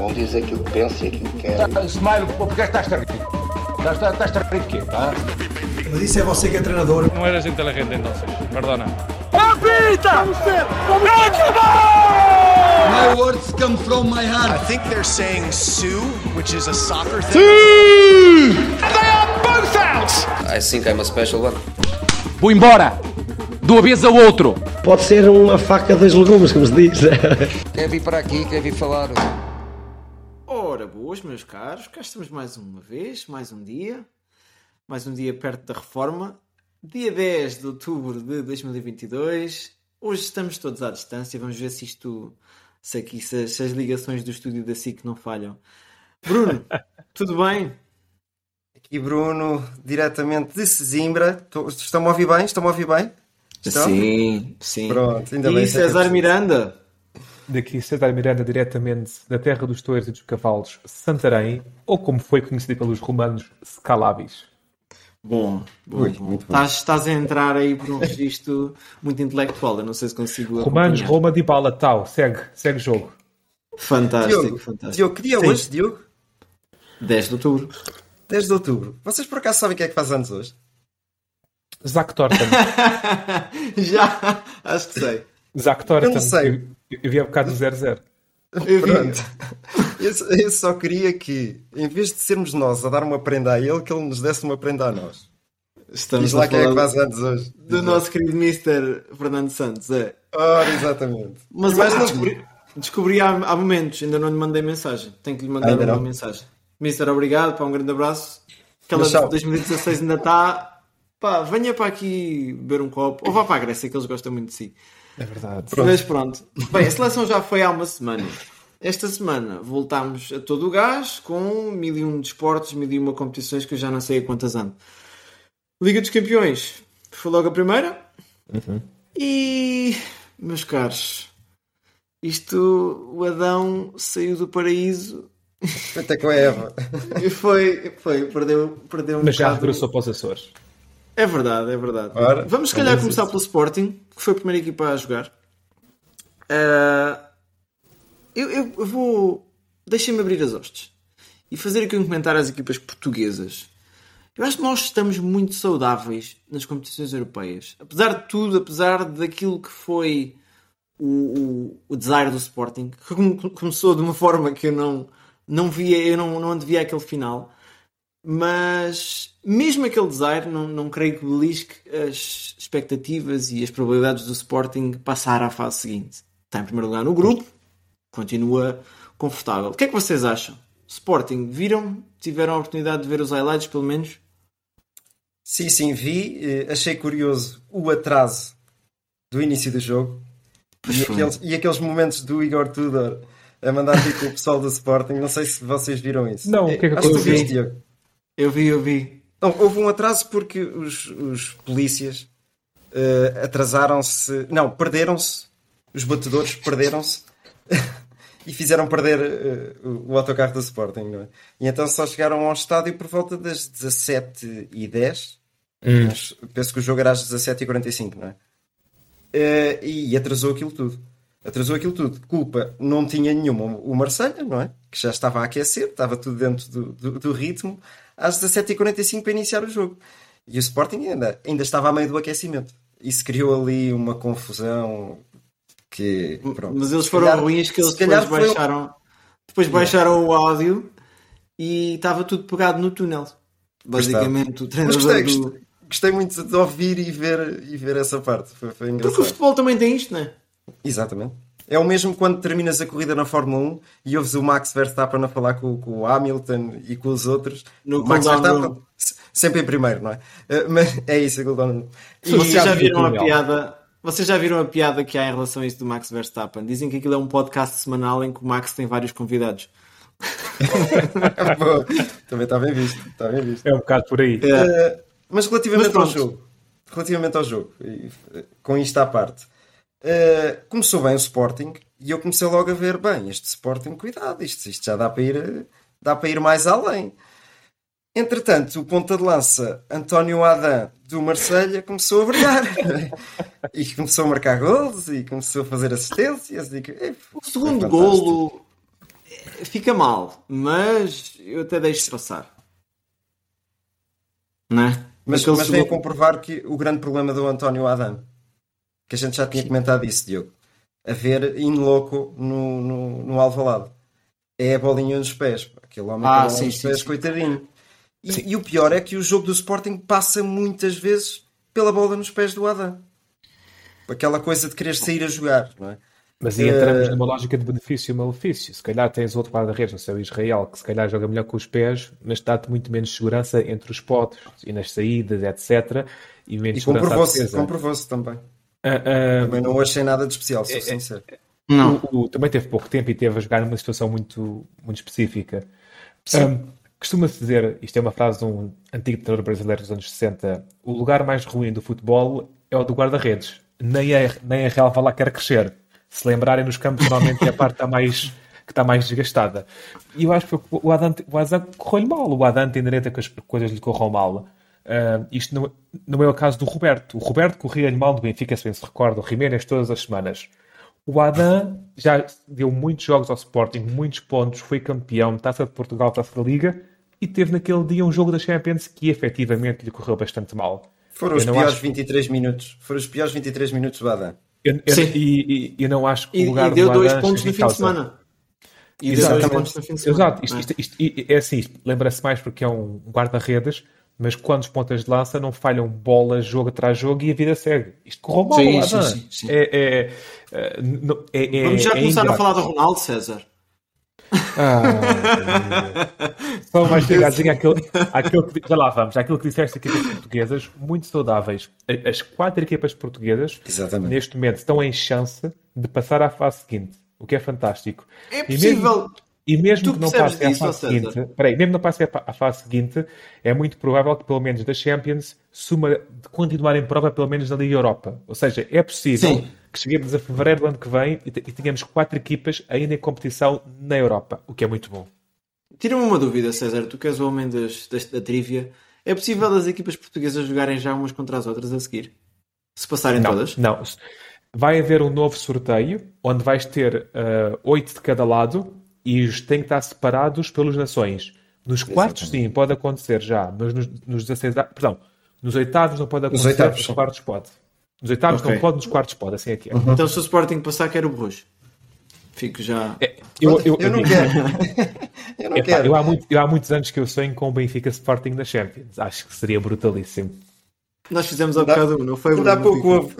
Cada um diz aquilo que pensa e aquilo que quer. Smile, porque estás a rir? Estás a rir de quê? Ah? Mas isso é você que é treinador. No eres inteligente entonces, perdona. ¡Apita! My words come from my heart. I think they're saying Sue, which is a soccer thing. And they are both out! I think I'm a special one. Vou embora! De uma vez ao outro! Pode ser uma faca dos legumes, como se diz. Quer vir para aqui, quer vir falar. Ora, boas, meus caros. Cá estamos mais uma vez, mais um dia perto da reforma. Dia 10 de outubro de 2022. Hoje estamos todos à distância. Vamos ver se as ligações do estúdio da SIC não falham. Bruno, tudo bem? Aqui Bruno, diretamente de Sesimbra. Estão-me a ouvir bem? Estão-me a ouvir bem? Estão? Sim. Pronto, ainda e bem. César Miranda? Daqui César Miranda, diretamente da terra dos touros e dos cavalos, Santarém, ou como foi conhecido pelos romanos, Scalabis. Bom. Muito bom. Estás a entrar aí por um registro muito intelectual. Eu não sei se consigo Romanos, acompanhar. Roma, de bala, tal. Segue o jogo. Fantástico. Diogo, que dia é hoje, Diogo? 10 de outubro. 10 de outubro. Vocês por acaso sabem quem é que faz anos hoje? Zach Thornton. Já, acho que sei. Zach Thornton. Eu não sei. Eu vi há bocado do 0-0. Pronto. Eu só queria que, em vez de sermos nós a dar uma prenda a ele, que ele nos desse uma prenda a nós. Estamos Diz lá a quem é que falar faz anos hoje. do nosso querido Mr. Fernando Santos. É. Ora, exatamente. Mas Mais não descobri há momentos, ainda não lhe mandei mensagem. Tenho que lhe mandar Ainda uma não? mensagem. Mr. Obrigado, pá, um grande abraço. Aquela Mas, de tchau. 2016 ainda está. Pá, venha para aqui beber um copo. Ou vá para a Grécia, que eles gostam muito de si. É verdade. Mas pronto. Bem, a seleção já foi há uma semana. Esta semana voltámos a todo o gás com 1001 desportos, 1001 competições que eu já não sei a quantas ando. Liga dos Campeões foi logo a primeira. E, meus caros, o Adão saiu do paraíso Até com a Eva. e perdeu um Mas já bocado. regressou para os Açores. É verdade. Ora, Vamos se calhar começar pelo Sporting, que foi a primeira equipa a jogar. Eu vou... Deixem-me abrir as hostes e fazer aqui um comentário às equipas portuguesas. Eu acho que nós estamos muito saudáveis nas competições europeias. Apesar de tudo, apesar daquilo que foi o desire do Sporting, que começou de uma forma que eu não via, eu não antevia aquele final. Mas mesmo aquele desire, não creio que belisque as expectativas e as probabilidades do Sporting passar à fase seguinte. Está em primeiro lugar no grupo, continua confortável. O que é que vocês acham? Sporting, viram? Tiveram a oportunidade de ver os highlights, pelo menos? Sim, vi. Achei curioso o atraso do início do jogo. E aqueles momentos do Igor Tudor a mandar vir com o pessoal do Sporting. Não sei se vocês viram isso. Não, o que é que Acho que tu aconteceu? viste, Diogo. Eu vi. Não, houve um atraso porque os polícias atrasaram-se. Não, perderam-se. Os batedores perderam-se e fizeram perder o autocarro do Sporting, não é? E então só chegaram ao estádio por volta das 17h10. Mas penso que o jogo era às 17h45, não é? E atrasou aquilo tudo. Culpa não tinha nenhuma o Marselha, não é? Que já estava a aquecer, estava tudo dentro do ritmo, às 17h45 para iniciar o jogo. E o Sporting ainda estava a meio do aquecimento. Isso criou ali uma confusão que... Pronto. Mas eles foram ruins que eles depois baixaram o áudio e estava tudo pegado no túnel. Basicamente, o treinador Gostei muito de ouvir e ver essa parte. Foi engraçado. Porque o futebol também tem isto, não é? Exatamente. É o mesmo quando terminas a corrida na Fórmula 1 e ouves o Max Verstappen a falar com o Hamilton e com os outros. No Max cooldown Verstappen room. sempre em primeiro, não é? Mas é isso, cooldown. Vocês já viram a piada que há em relação a isso do Max Verstappen? Dizem que aquilo é um podcast semanal em que o Max tem vários convidados. Também está bem visto. É um bocado por aí. Mas relativamente ao jogo, e com isto à parte, começou bem o Sporting e eu comecei logo a ver, bem, este Sporting, cuidado, isto já dá para ir mais além. Entretanto, o ponta de lança António Adam do Marselha começou a brilhar e começou a marcar golos e começou a fazer assistências. O segundo golo fica mal, mas eu até deixo passar. Não é? Mas vem a comprovar que o grande problema do António Adam, que a gente já tinha comentado isso, Diogo, a ver in loco no Alvalade, é a bolinha nos pés. Aquele homem com a bola nos pés, coitadinho. E o pior é que o jogo do Sporting passa muitas vezes pela bola nos pés do Adam. Aquela coisa de querer sair a jogar, não é? Mas aí entramos numa lógica de benefício e malefício. Se calhar tens outro guarda-redes, no seu Israel, que se calhar joga melhor com os pés, mas dá-te muito menos segurança entre os potes e nas saídas, etc. E menos segurança à defesa. Comprovou-se também. Também não achei nada de especial, sou sincero. Não. Também teve pouco tempo e teve a jogar numa situação muito, muito específica. Costuma-se dizer, isto é uma frase de um antigo treinador brasileiro dos anos 60, o lugar mais ruim do futebol é o do guarda-redes. Nem a Real vai lá quer crescer. Se lembrarem, nos campos normalmente é a parte que está mais desgastada. E eu acho que o Adam correu-lhe mal. O Adam tem direito a que as coisas lhe corram mal. Isto não é o caso do Roberto. O Roberto corria-lhe mal do Benfica, se bem se recorda, o Jiménez todas as semanas. O Adam já deu muitos jogos ao Sporting, muitos pontos, foi campeão, Taça de Portugal, Taça da Liga, e teve naquele dia um jogo da Champions que efetivamente lhe correu bastante mal. Foram os piores 23 minutos. Foram os piores 23 minutos do Adam. Eu não acho que o lugar do Adam... E deu 2 pontos no fim de semana. Exato. Isto é assim, lembra-se mais porque é um guarda-redes, mas quando os pontas de lança não falham bolas jogo atrás jogo e a vida segue. Isto correu mal, Adam. Sim. Vamos já começar a falar do Ronaldo, César. Só mais chegadinho àquilo que já lá vamos, àquilo que disseste aqui das portuguesas, muito saudáveis. As 4 equipas portuguesas, neste momento, estão em chance de passar à fase seguinte, o que é fantástico. É possível. E mesmo que não passe à fase seguinte, mesmo que não passe à fase seguinte, é muito provável que, pelo menos da Champions, suma de continuar em prova, pelo menos na Liga Europa. Ou seja, é possível que cheguemos a fevereiro do ano que vem e tenhamos 4 equipas ainda em competição na Europa, o que é muito bom. Tira-me uma dúvida, César, tu que és o homem da trivia. É possível as equipas portuguesas jogarem já umas contra as outras a seguir? Se passarem todas? Não. Vai haver um novo sorteio, onde vais ter 8 de cada lado, e têm que estar separados pelas nações. Nos quartos, sim, pode acontecer já, mas nos 16... Perdão, nos oitavos não pode acontecer, nos quartos pode. Nos oitavos não pode, nos quartos pode, assim é que é. Então se o Sporting passar, quero o Bruges. Fico já... Eu não quero. Eu não quero. Eu há muitos anos que eu sonho com o Benfica Sporting na Champions. Acho que seria brutalíssimo. Nós fizemos ao bocado não foi? Não dá pouco ovo.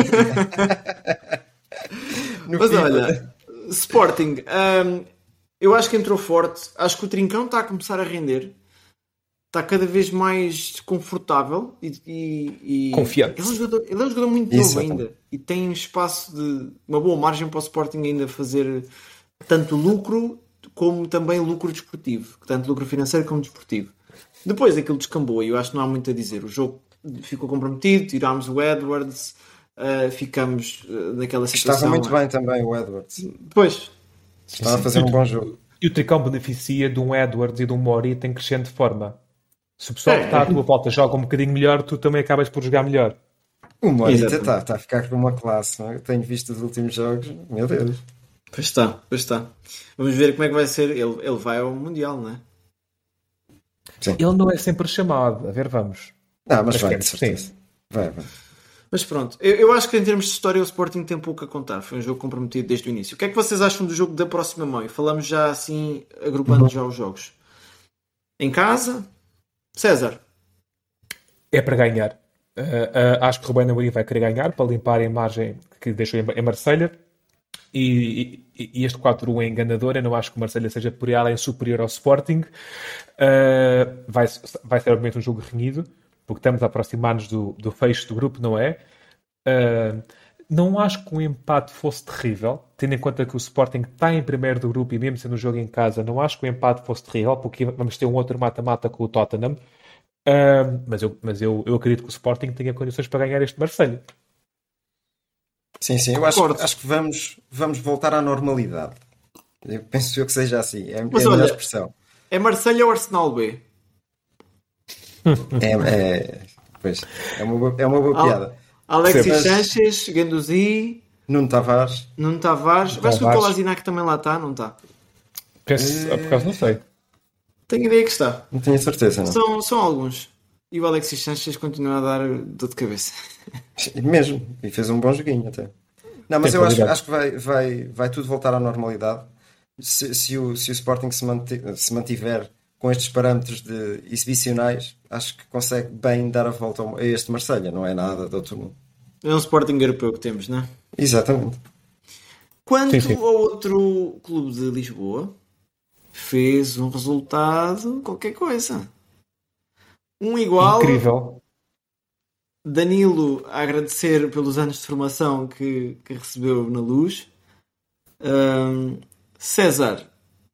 Mas olha, Sporting... eu acho que entrou forte. Acho que o Trincão está a começar a render. Está cada vez mais confortável e confiante. Ele é um jogador muito novo ainda. E tem espaço de uma boa margem para o Sporting ainda fazer tanto lucro como também lucro desportivo. Tanto lucro financeiro como desportivo. Depois aquilo descambou e eu acho que não há muito a dizer. O jogo ficou comprometido. Tirámos o Edwards. Ficamos naquela situação. Estava muito bem também o Edwards. Pois. Estava a fazer um bom jogo. E o Tricão beneficia de um Edwards e de um Mori em crescente forma. Se o pessoal que está à tua volta joga um bocadinho melhor, tu também acabas por jogar melhor. O Mori está a ficar com uma classe, não é? Eu tenho visto os últimos jogos, meu Deus. Pois está. Vamos ver como é que vai ser. Ele vai ao Mundial, não é? Sim. Ele não é sempre chamado. A ver, vamos. Não, mas vai, de certeza. Vai. Mas pronto, eu acho que em termos de história o Sporting tem pouco a contar. Foi um jogo comprometido desde o início. O que é que vocês acham do jogo da próxima mão? E falamos já assim, agrupando já os jogos. Em casa, César? É para ganhar. Acho que o Rubén Amorim vai querer ganhar para limpar a imagem que deixou em Marselha. E este 4-1 é enganador. Eu não acho que o Marselha seja por além superior ao Sporting. Vai ser obviamente um jogo renhido, porque estamos a aproximar-nos do fecho do grupo, não é? Não acho que um empate fosse terrível, tendo em conta que o Sporting está em primeiro do grupo e mesmo sendo um jogo em casa, não acho que o empate fosse terrível, porque vamos ter um outro mata-mata com o Tottenham. Mas eu acredito que o Sporting tenha condições para ganhar este Marselha. Sim, eu acho que vamos voltar à normalidade. Eu penso que seja assim. É a melhor expressão. É Marselha ou Arsenal B? Pois, é uma boa piada. Alexis Sanchez, Guendouzi, Nuno Tavares. Acho que o Kolasinac também lá está, não está? Penso, por acaso não sei. Tenho ideia que está. Não tenho certeza, não. São alguns. E o Alexis Sanchez continua a dar dor de cabeça. Mesmo. E fez um bom joguinho até. Não, mas eu acho que vai tudo voltar à normalidade. Se o Sporting se mantiver com estes parâmetros de exibicionais, acho que consegue bem dar a volta a este Marselha. Não é nada de outro mundo. É um Sporting europeu que temos, não é? Exatamente. Quanto ao outro clube de Lisboa, fez um resultado qualquer coisa. Um igual. Incrível. Danilo a agradecer pelos anos de formação que recebeu na Luz. César,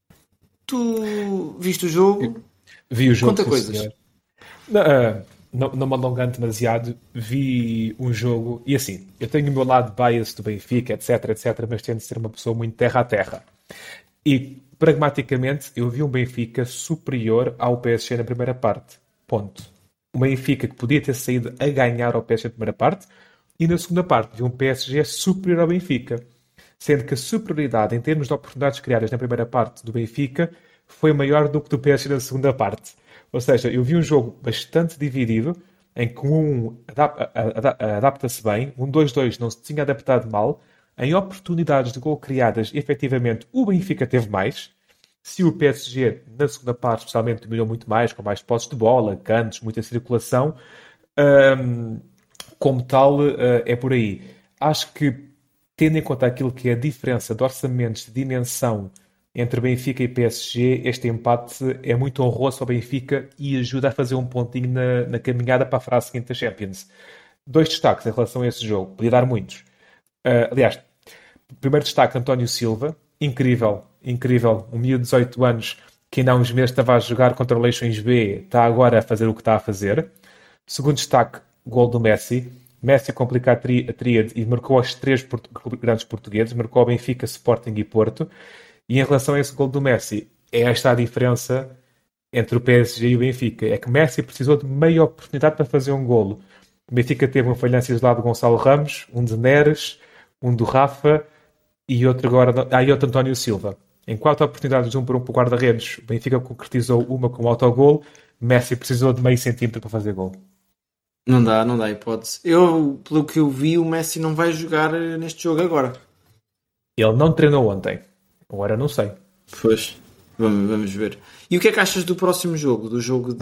tu viste o jogo? Vi o jogo. Conta coisas. Não me alongando demasiado, vi um jogo e assim, eu tenho o meu lado bias do Benfica, etc, mas tento ser uma pessoa muito terra a terra. E pragmaticamente eu vi um Benfica superior ao PSG na primeira parte. Ponto. Um Benfica que podia ter saído a ganhar ao PSG na primeira parte e na segunda parte vi um PSG superior ao Benfica. Sendo que a superioridade em termos de oportunidades criadas na primeira parte do Benfica foi maior do que do PSG na segunda parte. Ou seja, eu vi um jogo bastante dividido, em que um adapta-se bem, um 2-2 não se tinha adaptado mal, em oportunidades de gol criadas, efetivamente, o Benfica teve mais. Se o PSG, na segunda parte, especialmente, dominou muito mais, com mais posses de bola, cantos, muita circulação, como tal, é por aí. Acho que, tendo em conta aquilo que é a diferença de orçamentos de dimensão entre Benfica e PSG, este empate é muito honroso ao Benfica e ajuda a fazer um pontinho na caminhada para a fase seguinte da Champions. 2 destaques em relação a esse jogo. Podia dar muitos. Aliás, primeiro destaque, António Silva. Incrível. Um miúdo de 18 anos que ainda há uns meses estava a jogar contra o Leixões B, está agora a fazer o que está a fazer. Segundo destaque, gol do Messi. Messi complica a tríade e marcou aos 3 grandes portugueses. Marcou ao Benfica, Sporting e Porto. E em relação a esse gol do Messi, é esta a diferença entre o PSG e o Benfica. É que Messi precisou de meia oportunidade para fazer um golo. O Benfica teve um falhanço isolado de Gonçalo Ramos, um de Neres, um do Rafa e outro António Silva. Em 4 oportunidades de 1 por 1 para o guarda-redes, o Benfica concretizou uma com autogol. Messi precisou de meio centímetro para fazer gol. Não dá hipótese. Pelo que eu vi, o Messi não vai jogar neste jogo agora. Ele não treinou ontem. Agora não sei. Pois, vamos ver. E o que é que achas do próximo jogo? Do jogo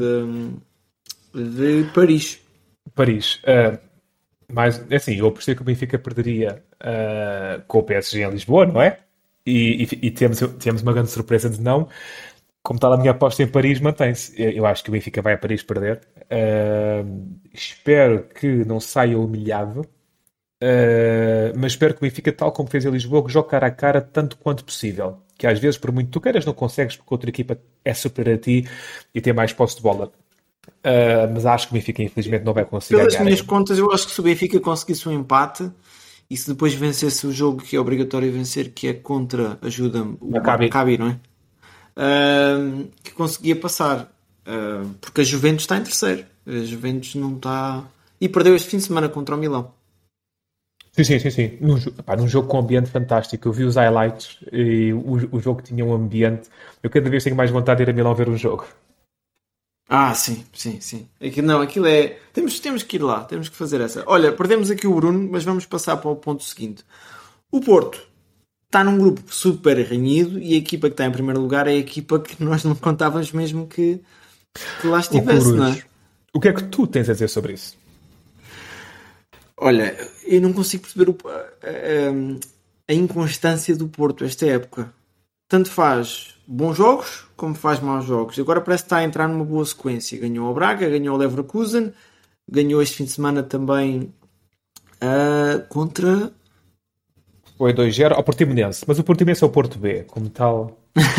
de Paris? Paris. Mas, assim, eu percebi que o Benfica perderia com o PSG em Lisboa, não é? E temos uma grande surpresa de não. Como tal, a minha aposta em Paris mantém-se. Eu acho que o Benfica vai a Paris perder. Espero que não saia humilhado. Mas espero que o Benfica, tal como fez em Lisboa, que jogue cara a cara tanto quanto possível. Que às vezes, por muito tu queiras, não consegues porque outra equipa é superior a ti e tem mais posse de bola. Mas acho que o Benfica, infelizmente, não vai conseguir Pelas ganhar. minhas contas, eu acho que se o Benfica conseguisse um empate e se depois vencesse o jogo que é obrigatório vencer, que é contra, ajuda-me, o Maccabi, não é? Que conseguia passar. Porque a Juventus está em terceiro. A Juventus não está... E perdeu este fim de semana contra o Milão. Sim. Num jogo com um ambiente fantástico. Eu vi os highlights e o jogo tinha um ambiente. Eu cada vez tenho mais vontade de ir a Milão ver um jogo. Sim. Aquilo é... Temos que ir lá. Temos que fazer essa. Olha, perdemos aqui o Bruno, mas vamos passar para o ponto seguinte. O Porto está num grupo super renhido e a equipa que está em primeiro lugar é a equipa que nós não contávamos mesmo que lá estivesse, não é? O que é que tu tens a dizer sobre isso? Olha, eu não consigo perceber a inconstância do Porto esta época. Tanto faz bons jogos como faz maus jogos. Agora parece que está a entrar numa boa sequência. Ganhou ao Braga, ganhou ao Leverkusen, ganhou este fim de semana também contra... Foi 2-0 ao Portimonense. Mas o Portimonense é o Porto B, como tal...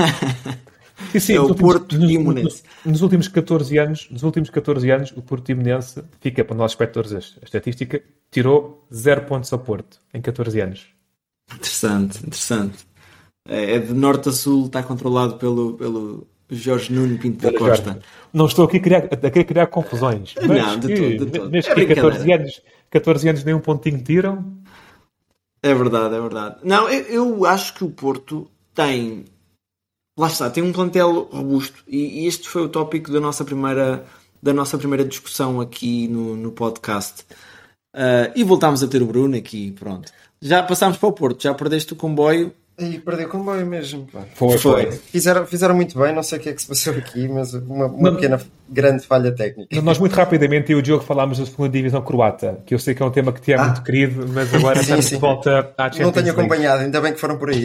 Sim, é o Portimonense. Nos últimos 14 anos, o Portimonense fica, para os nossos espectadores, a estatística, tirou 0 pontos ao Porto em 14 anos. Interessante. É de norte a sul, está controlado pelo Jorge Nuno Pinto da Costa. Não estou aqui a querer criar confusões. Mas não, de todo. Mas que 14 anos nem um pontinho tiram. É verdade. Não, eu acho que o Porto tem lá está, tem um plantel robusto e este foi o tópico da nossa primeira discussão aqui no podcast. E voltámos a ter o Bruno aqui, pronto. Já passámos para o Porto, já perdeste o comboio. E perdeu o comboio mesmo. Pá. Foi. Fizeram muito bem, não sei o que é que se passou aqui, mas uma pequena, grande falha técnica. Nós muito rapidamente, eu e o Diogo falámos da segunda divisão croata, que eu sei que é um tema que te é muito querido, mas agora estamos de volta à Champions Não tenho League. acompanhado, ainda bem que foram por aí.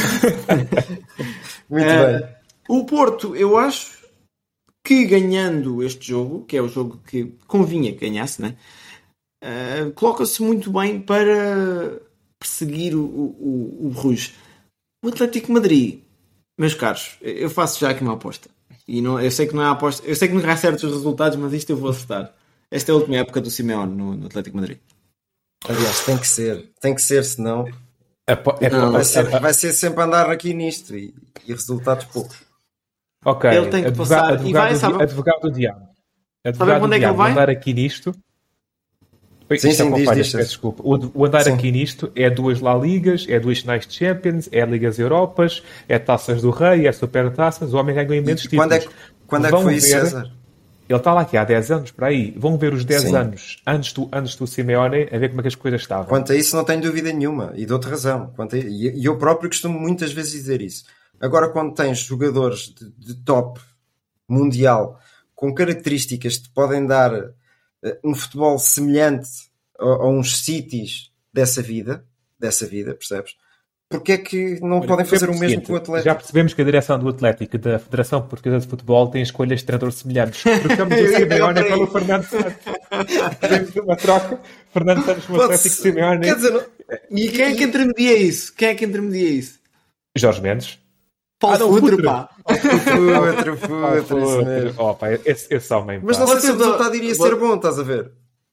Muito bem. O Porto, eu acho que ganhando este jogo, que é o jogo que convinha que ganhasse, né? Coloca-se muito bem para perseguir o Rouge. O Atlético Madrid, meus caros, eu faço já aqui uma aposta. E não, eu sei que não é aposta, eu sei que nunca há certos resultados, mas isto eu vou acertar. Esta é a última época do Simeone no Atlético Madrid. Aliás, tem que ser, senão vai ser sempre andar aqui nisto e resultados poucos. Ok, ele tem que passar e vai, sabe? Advogado do diabo. Sabe onde é que ele vai? Andar aqui nisto. Sim, diz. Desculpa. O andar aqui nisto é 2 La Ligas, é 2 finais de Champions, é Ligas Europas, é Taças do Rei, é Supertaças. O homem ganhou imensos títulos. Quando é que foi isso, César? Ele está lá aqui há 10 anos, para aí. Vão ver os 10 anos antes do Simeone, a ver como é que as coisas estavam. Quanto a isso não tenho dúvida nenhuma, e dou-te razão. E eu próprio costumo muitas vezes dizer isso. Agora, quando tens jogadores de top mundial com características que te podem dar um futebol semelhante a uns Cities dessa vida, percebes? Porque é que não podem fazer o mesmo com o Atlético? Já percebemos que a direção do Atlético e da Federação Portuguesa de Futebol tem escolhas de treinadores semelhantes. Trocamos o Simeone pelo Fernando Santos. Fizemos uma troca. Fernando Santos no Atlético, Simeone. Quer dizer, e quem é que intermedia isso? Jorge Mendes. Paulo Futre, pá. Futre, isso mesmo. Oh, pá, esse homem, mas não sei se o resultado iria ser bom, estás a ver?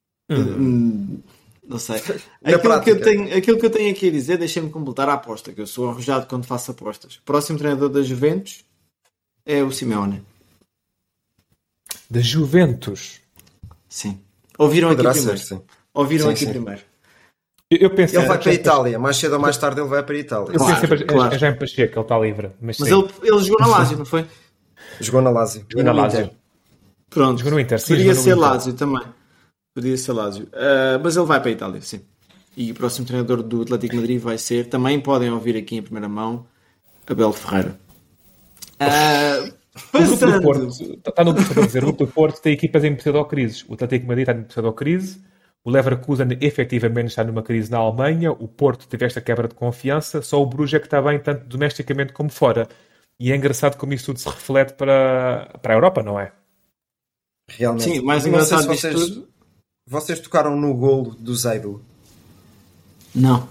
Não sei. Aquilo que eu tenho aqui a dizer, deixem-me completar a aposta, que eu sou arrojado quando faço apostas. O próximo treinador da Juventus é o Simeone. Da Juventus? Sim. Ouviram Poderá aqui primeiro. Sim. Ouviram aqui primeiro. Eu penso ele vai para a Itália, mais cedo ou mais tarde ele vai para a Itália. Eu penso claro. Já em Pacheco, ele está livre. Mas ele jogou na Lazio, não foi? Jogou na Lazio. Jogou na Lazio. Pronto. Jogou no Inter. Podia ser Lazio também. Mas ele vai para a Itália, sim. E o próximo treinador do Atlético de Madrid vai ser, também podem ouvir aqui em primeira mão, Abel Ferreira. Passando. O Porto, está no que dizer, o Porto tem equipas em pseudo-crise. O Atlético de Madrid está em pseudo-crise. O Leverkusen efetivamente está numa crise na Alemanha. O Porto teve esta quebra de confiança. Só o Bruges é que está bem, tanto domesticamente como fora. E é engraçado como isso tudo se reflete para a Europa, não é? Realmente. Sim, mais engraçado disto tudo. Vocês tocaram no golo do Zaidu? Não.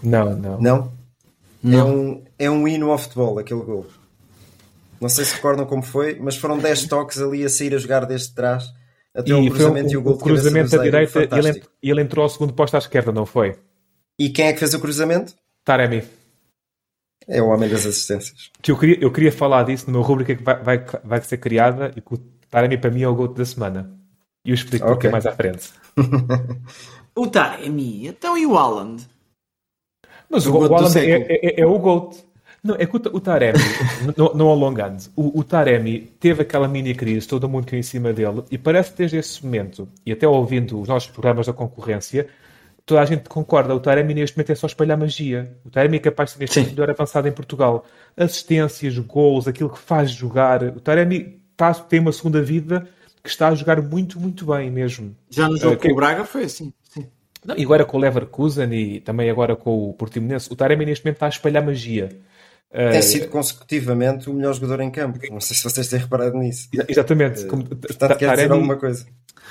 É um hino ao futebol, aquele golo. Não sei se recordam como foi, mas foram 10 toques ali a sair a jogar desde trás até o cruzamento e o golo de cabeça do Zaidu. À direita e ele entrou ao segundo posto à esquerda, não foi? E quem é que fez o cruzamento? Taremi. É o homem das assistências. Que eu queria falar disso numa rubrica que vai ser criada e que o Taremi para mim é o gol da semana. E eu explico porque mais à frente. O Taremi, então e o Haaland? Mas o Haaland é o GOAT. Não, é que o Taremi, não alongando, o Taremi teve aquela mini crise, todo mundo caiu em cima dele, e parece que desde esse momento, e até ouvindo os nossos programas da concorrência, toda a gente concorda, o Taremi neste momento é só espalhar magia. O Taremi é capaz de ser neste melhor avançado em Portugal. Assistências, gols, aquilo que faz jogar. O Taremi tem uma segunda vida que está a jogar muito, muito bem mesmo. Já no jogo com o Braga foi assim. Sim. Não, e agora com o Leverkusen e também agora com o Portimonense, o Taremi neste momento está a espalhar magia. Tem sido consecutivamente o melhor jogador em campo. Não sei se vocês têm reparado nisso. Exatamente. Portanto, quer dizer alguma coisa.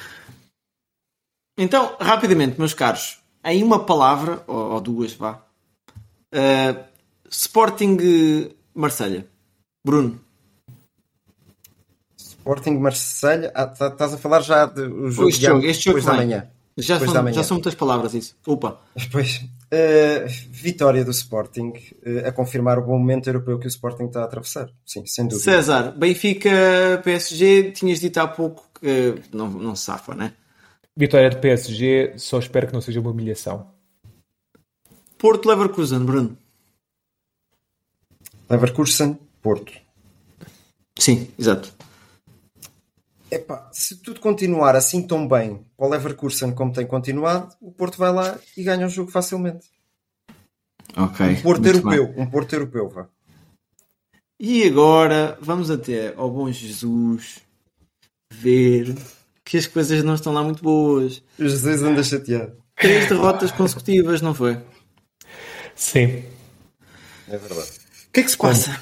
Então, rapidamente, meus caros, em uma palavra, ou duas, vá. Sporting Marselha. Bruno. Sporting Marselha. Estás a falar já do jogo este jogo depois da manhã. Já são muitas palavras isso. Opa. Depois, vitória do Sporting a confirmar o bom momento europeu que o Sporting está a atravessar. Sim, sem dúvida. César, Benfica, PSG, tinhas dito há pouco que não se safa, né? Vitória de PSG, só espero que não seja uma humilhação. Porto Leverkusen, Bruno. Leverkusen, Porto. Sim, exato. Epá, se tudo continuar assim tão bem para o Leverkusen como tem continuado, o Porto vai lá e ganha o jogo facilmente. Ok. Um Porto europeu, vá. E agora vamos até ao bom Jesus ver que as coisas não estão lá muito boas. O Jesus anda chateado. 3 derrotas consecutivas, não foi? Sim. É verdade. O que é que se passa?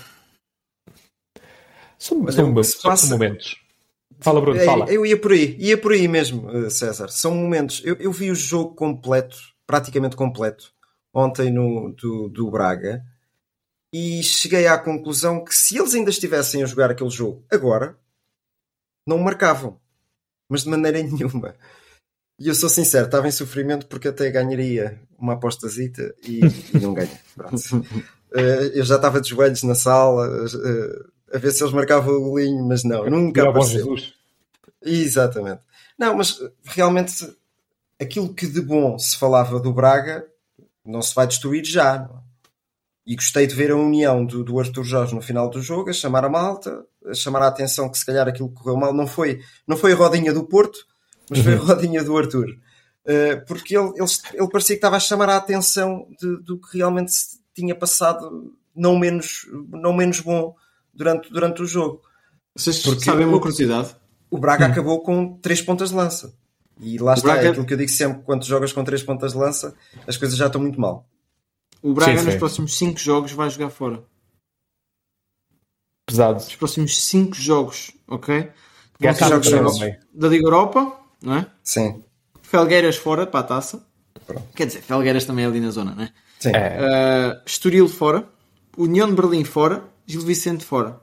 São passa... momentos. Fala, Bruno, fala. Eu ia por aí mesmo, César. São momentos. Eu vi o jogo completo, praticamente completo, ontem do Braga, e cheguei à conclusão que se eles ainda estivessem a jogar aquele jogo agora, não marcavam, mas de maneira nenhuma. E eu sou sincero, estava em sofrimento porque até ganharia uma apostazita e não ganhei. Eu já estava de joelhos na sala a ver se eles marcavam o golinho, mas não, nunca apareceu. Exatamente. Não, mas realmente aquilo que de bom se falava do Braga não se vai destruir já. Não? E gostei de ver a união do Arthur Jorge no final do jogo, a chamar a malta, a chamar a atenção que se calhar aquilo que correu mal não foi a rodinha do Porto, mas foi a rodinha do Arthur. Porque ele parecia que estava a chamar a atenção do que realmente se tinha passado não menos bom durante o jogo. Vocês sabem uma curiosidade? O Braga acabou com 3 pontas de lança. E lá está, é aquilo que eu digo sempre, quando jogas com 3 pontas de lança, as coisas já estão muito mal. O Braga nos próximos 5 jogos vai jogar fora. Pesados. Nos próximos 5 jogos, ok? Jogos da Liga Europa, não é? Sim. Felgueiras fora para a taça. Pronto. Quer dizer, Felgueiras também é ali na zona, não é? Sim. Estoril fora. União de Berlim fora. Gil Vicente fora.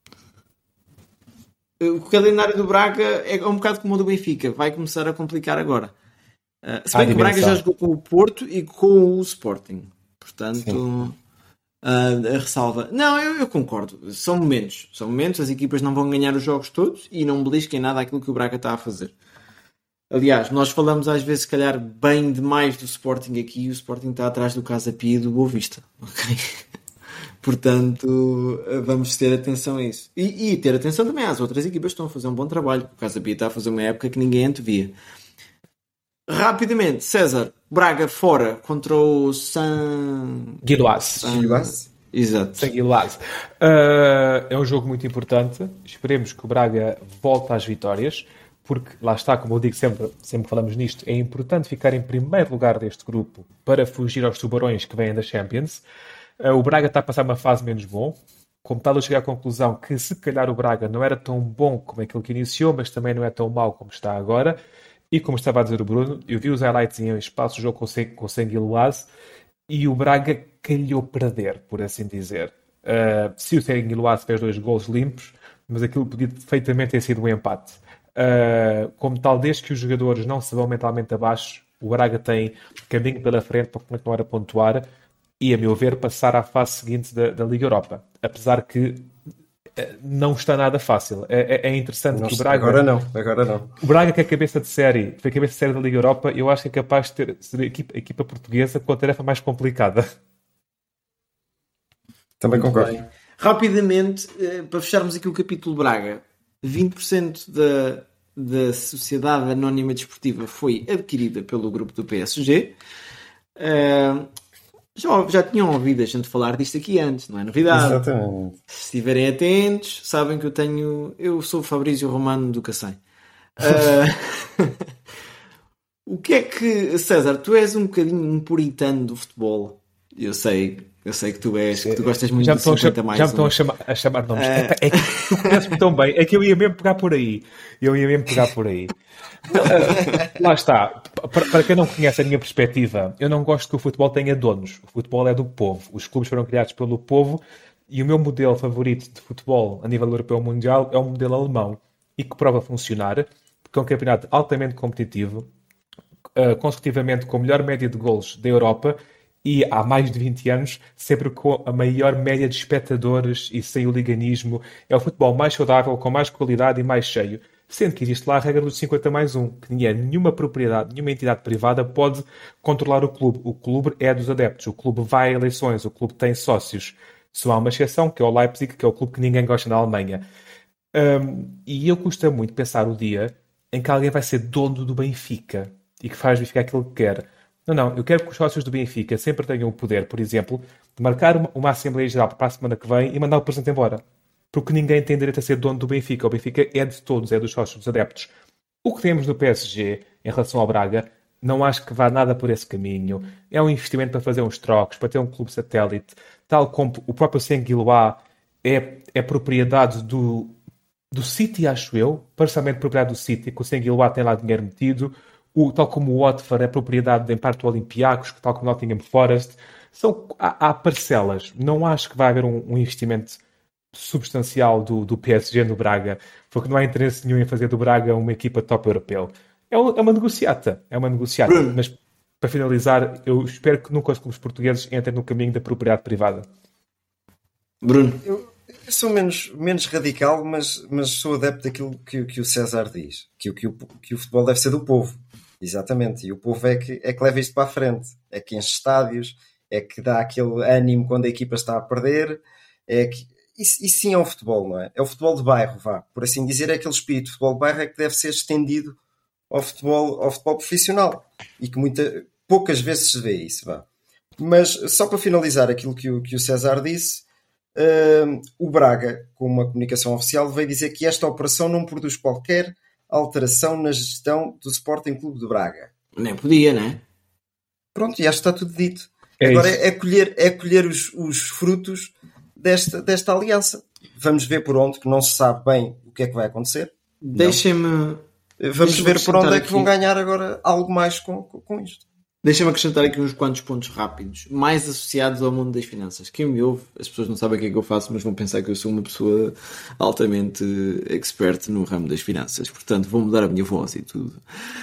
O calendário do Braga é um bocado como o do Benfica. Vai começar a complicar agora. Se bem que o Braga já jogou com o Porto e com o Sporting. Portanto, a ressalva... Não, eu concordo. São momentos. As equipas não vão ganhar os jogos todos e não belisquem nada aquilo que o Braga está a fazer. Aliás, nós falamos às vezes, se calhar, bem demais do Sporting aqui e o Sporting está atrás do Casa Pia e do Boa Vista. Ok? Portanto, vamos ter atenção a isso. E ter atenção também às outras equipas que estão a fazer um bom trabalho. O Casa Pia está a fazer uma época que ninguém antevia. Rapidamente, César, Braga fora contra o San Gilloise. Exato. San Gilloise. É um jogo muito importante. Esperemos que o Braga volte às vitórias, porque lá está, como eu digo sempre que falamos nisto, é importante ficar em primeiro lugar deste grupo para fugir aos tubarões que vêm da Champions. O Braga está a passar uma fase menos bom. Como tal, eu cheguei à conclusão que se calhar o Braga não era tão bom como aquilo que iniciou, mas também não é tão mau como está agora. E como estava a dizer o Bruno, eu vi os highlights em espaço do jogo com o San Gilloise e o Braga calhou perder, por assim dizer. Se o San Gilloise fez 2 golos limpos, mas aquilo podia perfeitamente ter sido um empate. Como tal, desde que os jogadores não se vão mentalmente abaixo, o Braga tem caminho pela frente para continuar a pontuar e, a meu ver, passar à fase seguinte da Liga Europa. Apesar que não está nada fácil. É interessante que o Braga... Agora não. O Braga, que é cabeça de série, foi cabeça de série da Liga Europa, eu acho que é capaz de ser a equipa portuguesa com a tarefa mais complicada. Também concordo. Bem. Rapidamente, para fecharmos aqui o capítulo Braga, 20% da Sociedade Anónima Desportiva foi adquirida pelo grupo do PSG. Já tinham ouvido a gente falar disto aqui antes, não é novidade. Exatamente. Se estiverem atentos, sabem que eu sou o Fabrício Romano do Cacém. O que é que, César, tu és um bocadinho um puritano do futebol. Eu sei que tu és, que tu gostas muito de 50 mais. Já me estão a chamar nomes. É que tu conheces-me tão bem, é que eu ia mesmo pegar por aí. Lá está. Para quem não conhece a minha perspectiva, eu não gosto que o futebol tenha donos. O futebol é do povo. Os clubes foram criados pelo povo e o meu modelo favorito de futebol a nível europeu mundial é o modelo alemão e que prova funcionar, porque é um campeonato altamente competitivo, consecutivamente com a melhor média de golos da Europa e há mais de 20 anos, sempre com a maior média de espectadores e sem o liganismo. É o futebol mais saudável, com mais qualidade e mais cheio. Sendo que existe lá a regra dos 50+1, que nenhuma propriedade, nenhuma entidade privada pode controlar o clube. O clube é dos adeptos, o clube vai a eleições, o clube tem sócios. Só há uma exceção, que é o Leipzig, que é o clube que ninguém gosta na Alemanha. E eu custa muito pensar o dia em que alguém vai ser dono do Benfica e que faz Benfica aquilo que quer. Não, eu quero que os sócios do Benfica sempre tenham o poder, por exemplo, de marcar uma Assembleia Geral para a semana que vem e mandar o presidente embora. Porque ninguém tem direito a ser dono do Benfica. O Benfica é de todos, é dos sócios, dos adeptos. O que temos do PSG em relação ao Braga, não acho que vá nada por esse caminho. É um investimento para fazer uns trocos, para ter um clube satélite, tal como o próprio Senguiloá é propriedade do City, acho eu, parcialmente propriedade do City, que o Senguiloá tem lá dinheiro metido, tal como o Watford é propriedade em parte do Olympiacos, tal como o Nottingham Forest. Há parcelas. Não acho que vai haver um investimento substancial do PSG no Braga, porque não há interesse nenhum em fazer do Braga uma equipa top europeu. É uma negociata. Mas, para finalizar, eu espero que nunca os clubes portugueses entrem no caminho da propriedade privada. Bruno? Eu sou menos radical, mas sou adepto daquilo que o César diz, que o futebol deve ser do povo. Exatamente. E o povo é que leva isto para a frente. É que enche estádios, é que dá aquele ânimo quando a equipa está a perder. E sim é o futebol, não é? É o futebol de bairro, vá. Por assim dizer, é aquele espírito. O futebol de bairro é que deve ser estendido ao futebol profissional. E que poucas vezes se vê isso, vá. Mas, só para finalizar aquilo que o César disse, o Braga, com uma comunicação oficial, veio dizer que esta operação não produz qualquer alteração na gestão do Sporting Clube de Braga. Nem podia, né? Pronto, e acho que está tudo dito. Agora é colher os frutos desta aliança. Vamos ver por onde, que não se sabe bem o que é que vai acontecer. Vamos ver por onde é que vão ganhar agora algo mais com isto. Deixa-me acrescentar aqui uns quantos pontos rápidos, mais associados ao mundo das finanças. Quem me ouve, as pessoas não sabem o que é que eu faço, mas vão pensar que eu sou uma pessoa altamente expert no ramo das finanças. Portanto, vou mudar a minha voz e tudo.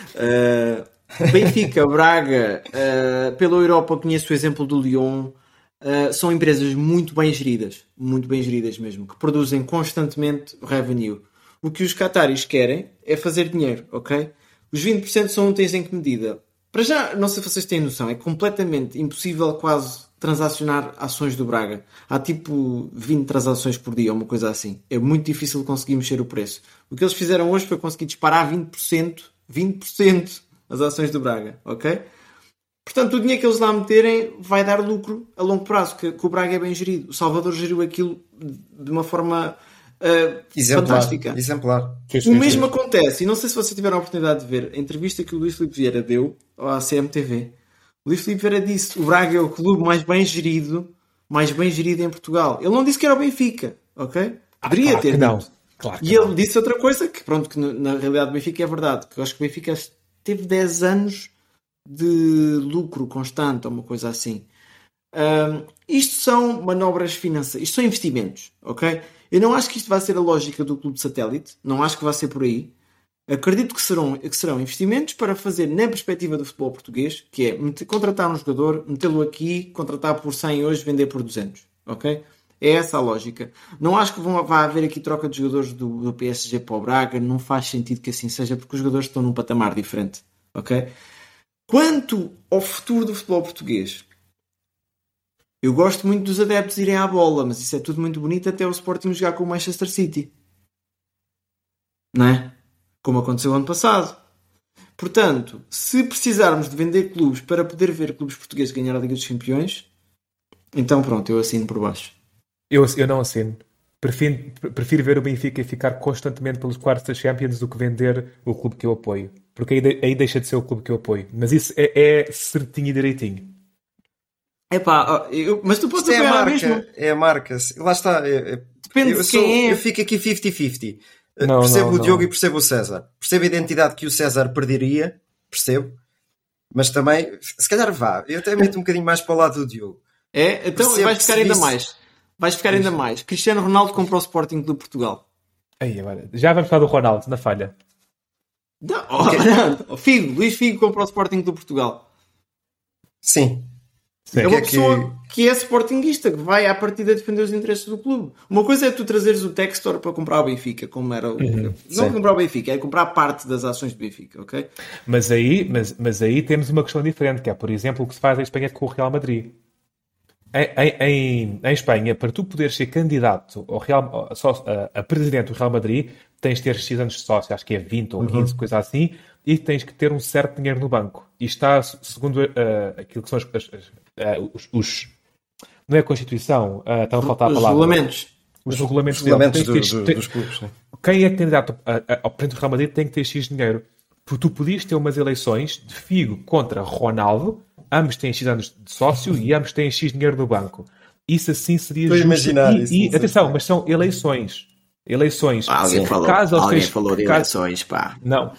Benfica, Braga, pela Europa conheço o exemplo do Lyon. São empresas muito bem geridas mesmo, que produzem constantemente revenue. O que os qataris querem é fazer dinheiro, ok? Os 20% são úteis em que medida? Para já, não sei se vocês têm noção, é completamente impossível quase transacionar ações do Braga. Há tipo 20 transações por dia, uma coisa assim. É muito difícil conseguir mexer o preço. O que eles fizeram hoje foi conseguir disparar 20% as ações do Braga, ok? Portanto, o dinheiro que eles lá meterem vai dar lucro a longo prazo, que o Braga é bem gerido. O Salvador geriu aquilo de uma forma fantástica. Exemplar. O mesmo acontece, e não sei se vocês tiveram a oportunidade de ver a entrevista que o Luís Filipe Vieira deu à CMTV. O Luís Filipe Vieira disse que o Braga é o clube mais bem gerido em Portugal. Ele não disse que era o Benfica, ok? Poderia ter dito. Não. Claro que e ele disse outra coisa, que pronto, que na realidade o Benfica é verdade, que eu acho que o Benfica teve 10 anos de lucro constante, ou uma coisa assim. Isto são manobras financeiras, isto são investimentos, ok? Eu não acho que isto vai ser a lógica do clube de satélite, não acho que vai ser por aí. Acredito que serão investimentos para fazer na perspectiva do futebol português, que é contratar um jogador, metê-lo aqui, contratar por 100 hoje, vender por 200, ok? É essa a lógica. Não acho que vai haver aqui troca de jogadores do PSG para o Braga, não faz sentido que assim seja, porque os jogadores estão num patamar diferente, ok? Quanto ao futuro do futebol português, eu gosto muito dos adeptos irem à bola, mas isso é tudo muito bonito até o Sporting jogar com o Manchester City. Não é? Como aconteceu ano passado. Portanto, se precisarmos de vender clubes para poder ver clubes portugueses ganhar a Liga dos Campeões, então pronto, eu assino por baixo. Eu não assino. Prefiro ver o Benfica ficar constantemente pelos quartos da Champions do que vender o clube que eu apoio. Porque aí deixa de ser o clube que eu apoio. Mas isso é certinho e direitinho. Mas tu podes apoiar mesmo. É a marca. Lá está. Depende de quem é. Eu fico aqui 50-50. Percebo o Diogo e percebo o César. Percebo a identidade que o César perderia. Percebo. Mas também, se calhar eu até meto um bocadinho mais para o lado do Diogo. Então vais ficar ainda mais. Vais ficar ainda mais. Cristiano Ronaldo comprou o Sporting Clube Portugal. Já vamos falar do Ronaldo, na falha. Figo, Luís Figo comprou o Sporting Clube Portugal. Sim. É uma pessoa que é sportinguista, que vai à partida defender os interesses do clube. Uma coisa é tu trazeres o Textor para comprar o Benfica, como era não comprar o Benfica, é comprar parte das ações do Benfica, ok? Mas aí temos uma questão diferente, que é, por exemplo, o que se faz em Espanha com o Real Madrid. Em Espanha, para tu poderes ser candidato a presidente do Real Madrid, tens de ter X anos de sócio, acho que é 20 ou 15, coisa assim, e tens que ter um certo dinheiro no banco. E está, segundo aquilo que são não é a Constituição, estão a faltar a palavra. Os regulamentos dos clubes. Né? Quem é candidato ao presidente do Real Madrid tem que ter X dinheiro. Porque tu podias ter umas eleições de Figo contra Ronaldo, ambos têm X anos de sócio e ambos têm X dinheiro no banco. Isso assim seria justo. Imaginar isso. E atenção, mas são eleições. Alguém falou de eleições, pá. Não.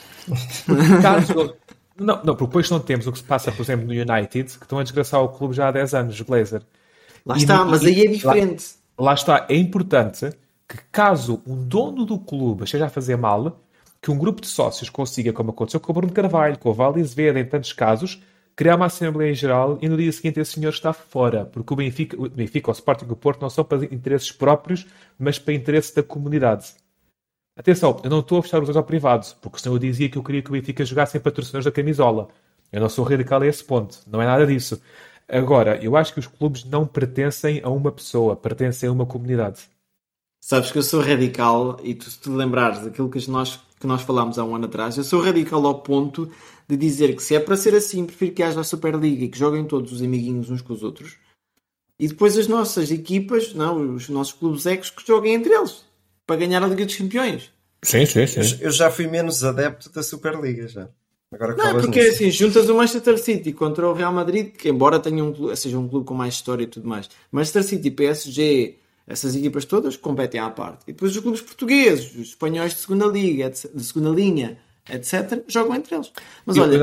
Não, porque depois não temos o que se passa, por exemplo, no United, que estão a desgraçar o clube já há 10 anos, os Glazer. Mas aí é diferente. Lá está, é importante que caso o dono do clube esteja a fazer mal, que um grupo de sócios consiga, como aconteceu com o Bruno Carvalho, com o Valdez Azevedo, em tantos casos, criar uma Assembleia Geral e no dia seguinte esse senhor está fora, porque o Benfica, o Sporting e o Porto não são para interesses próprios, mas para interesse da comunidade. Atenção, eu não estou a fechar os olhos ao privado, porque senão eu dizia que eu queria que o Benfica jogasse sem patrocinadores da camisola. Eu não sou radical a esse ponto, não é nada disso. Agora, eu acho que os clubes não pertencem a uma pessoa, pertencem a uma comunidade. Sabes que eu sou radical, e tu, se te lembrares daquilo que nós falámos há um ano atrás, eu sou radical ao ponto de dizer que se é para ser assim, prefiro que haja a Superliga e que joguem todos os amiguinhos uns com os outros, e depois as nossas equipas, os nossos clubes ecos, que joguem entre eles, para ganhar a Liga dos Campeões. Sim. Eu já fui menos adepto da Superliga, já. Agora que não, porque nisso. Assim, juntas o Manchester City contra o Real Madrid, que embora seja um clube com mais história e tudo mais, Manchester City, PSG, essas equipas todas competem à parte. E depois os clubes portugueses, os espanhóis de segunda liga, de segunda linha, etc., jogam entre eles. Mas olha...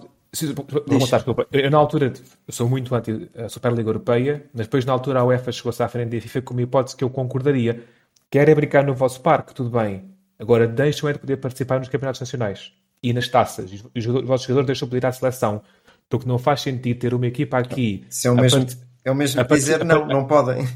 Eu na altura sou muito anti a Superliga Europeia, mas depois na altura a UEFA chegou-se à frente da FIFA com uma hipótese que eu concordaria. Querem brincar no vosso parque, tudo bem. Agora deixam de poder participar nos campeonatos nacionais e nas taças. Os vossos jogadores deixam de poder ir à seleção. Porque não faz sentido ter uma equipa aqui... Se é o mesmo que dizer não podem.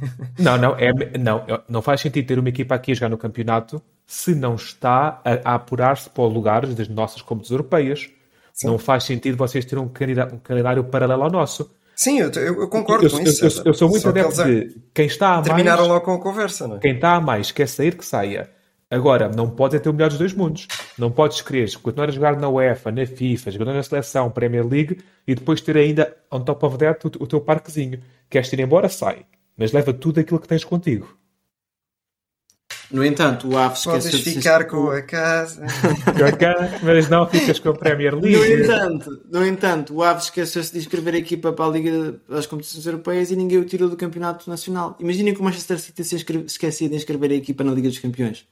Não faz sentido ter uma equipa aqui a jogar no campeonato se não está a apurar-se para lugares das nossas competições europeias. Sim. Não faz sentido vocês terem um calendário paralelo ao nosso. Sim, eu concordo com isso. Eu sou muito adepto de quem está a mais... Terminaram logo com a conversa, não é? Quem está a mais quer sair, que saia. Agora, não podes ter o melhor dos dois mundos. Não podes querer continuar a jogar na UEFA, na FIFA, jogar na seleção, Premier League e depois ter ainda, on top of that, o teu parquezinho. Queres ir embora? Sai. Mas leva tudo aquilo que tens contigo. No entanto, o Aves esqueceu de ficar com a casa. Mas não ficas com a Premier League. No entanto, o Aves esqueceu-se de inscrever a equipa para a Liga das Competições Europeias e ninguém o tirou do Campeonato Nacional. Imaginem que o Manchester City se esquecia de inscrever a equipa na Liga dos Campeões.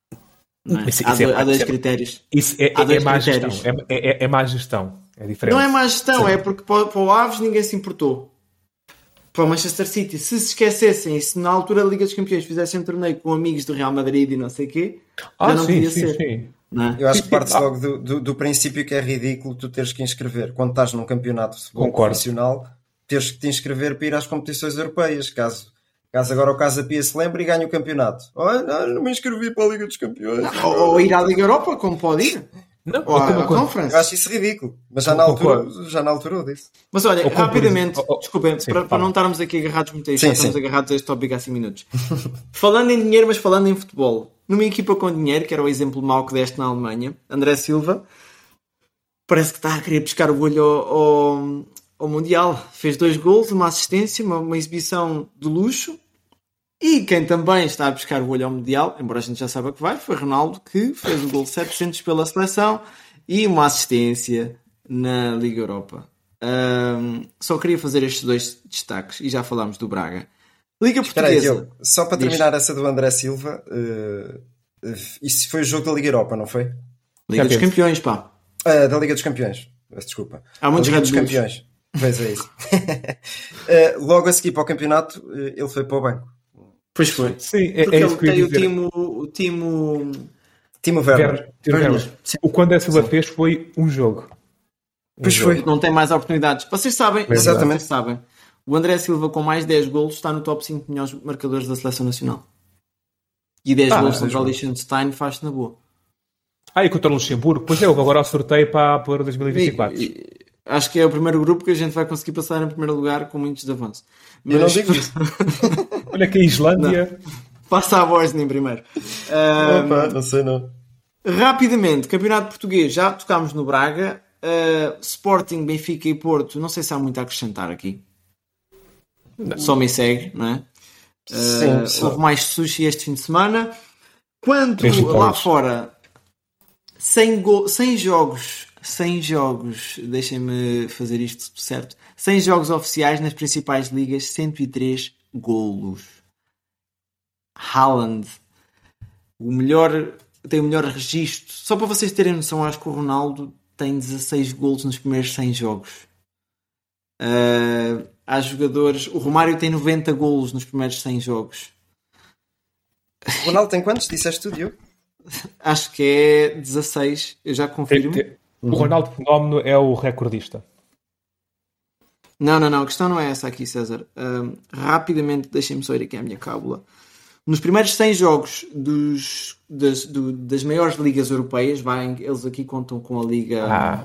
Há dois critérios. Isso é má gestão. É má gestão. É diferente. Não é má gestão, é porque para o Aves ninguém se importou. Para o Manchester City, se esquecessem e se na altura da Liga dos Campeões fizessem um torneio com amigos do Real Madrid e não sei o quê, já não podia ser. Sim. Não é? Eu acho que parte logo do princípio que é ridículo tu teres que inscrever, quando estás num campeonato de futebol profissional, teres que te inscrever para ir às competições europeias. Caso agora o Casa Pia se lembre e ganhe o campeonato. Não me inscrevi para a Liga dos Campeões. Ou ir à Liga Europa, como pode ir. Não, ou à Conference. Eu acho isso ridículo. Mas já na altura eu disse. Mas olha, rapidamente, desculpem, para não estarmos aqui agarrados muito a isto, estamos agarrados a este tópico há 5 minutos. Falando em dinheiro, mas falando em futebol. Numa equipa com dinheiro, que era o exemplo mau que deste na Alemanha, André Silva, parece que está a querer pescar o olho ao Mundial. Fez 2 golos, uma assistência, uma exibição de luxo. E quem também está a pescar o olho ao Mundial, embora a gente já saiba que vai, foi Ronaldo, que fez o gol 700 pela seleção e uma assistência na Liga Europa. Só queria fazer estes 2 destaques e já falámos do Braga. Liga Portuguesa. Aí, só para terminar essa do André Silva, isso foi o jogo da Liga Europa, não foi? Liga dos Campeões, pá. Da Liga dos Campeões, desculpa. Há muitos Liga dos Campeões. Pois é isso. Logo a seguir para o campeonato, ele foi para o banco. Pois foi. Sim, porque ele tem o Timo Werner. O que o André Silva fez foi um jogo. Pois foi. Não tem mais oportunidades. Vocês sabem, exatamente. O André Silva com mais 10 golos está no top 5 melhores marcadores da Seleção Nacional. E 10 golos contra o Liechtenstein faz-se na boa. E contra o Luxemburgo. Pois é, agora o sorteio para 2024. Acho que é o primeiro grupo que a gente vai conseguir passar em primeiro lugar com muitos de avanço. Eu não digo isso. Olha que a Islândia... Passa a Bósnia em primeiro. Opa, não sei não. Rapidamente, Campeonato Português, já tocámos no Braga. Sporting, Benfica e Porto, não sei se há muito a acrescentar aqui. Só me segue, não é? Sim, houve mais sushi este fim de semana. Quanto lá fora, 100 jogos, deixem-me fazer isto certo, 100 jogos oficiais nas principais ligas, 103 golos. Haaland, tem o melhor registro. Só para vocês terem noção, acho que o Ronaldo tem 16 golos nos primeiros 100 jogos. Há jogadores... O Romário tem 90 golos nos primeiros 100 jogos. O Ronaldo tem quantos? Disseste tu, Diogo? Acho que é 16. Eu já confirmo. O Ronaldo Fenómeno é o recordista. Não. A questão não é essa aqui, César. Rapidamente, deixem-me só ir aqui à minha cábula. Nos primeiros 100 jogos das maiores ligas europeias, eles aqui contam com a liga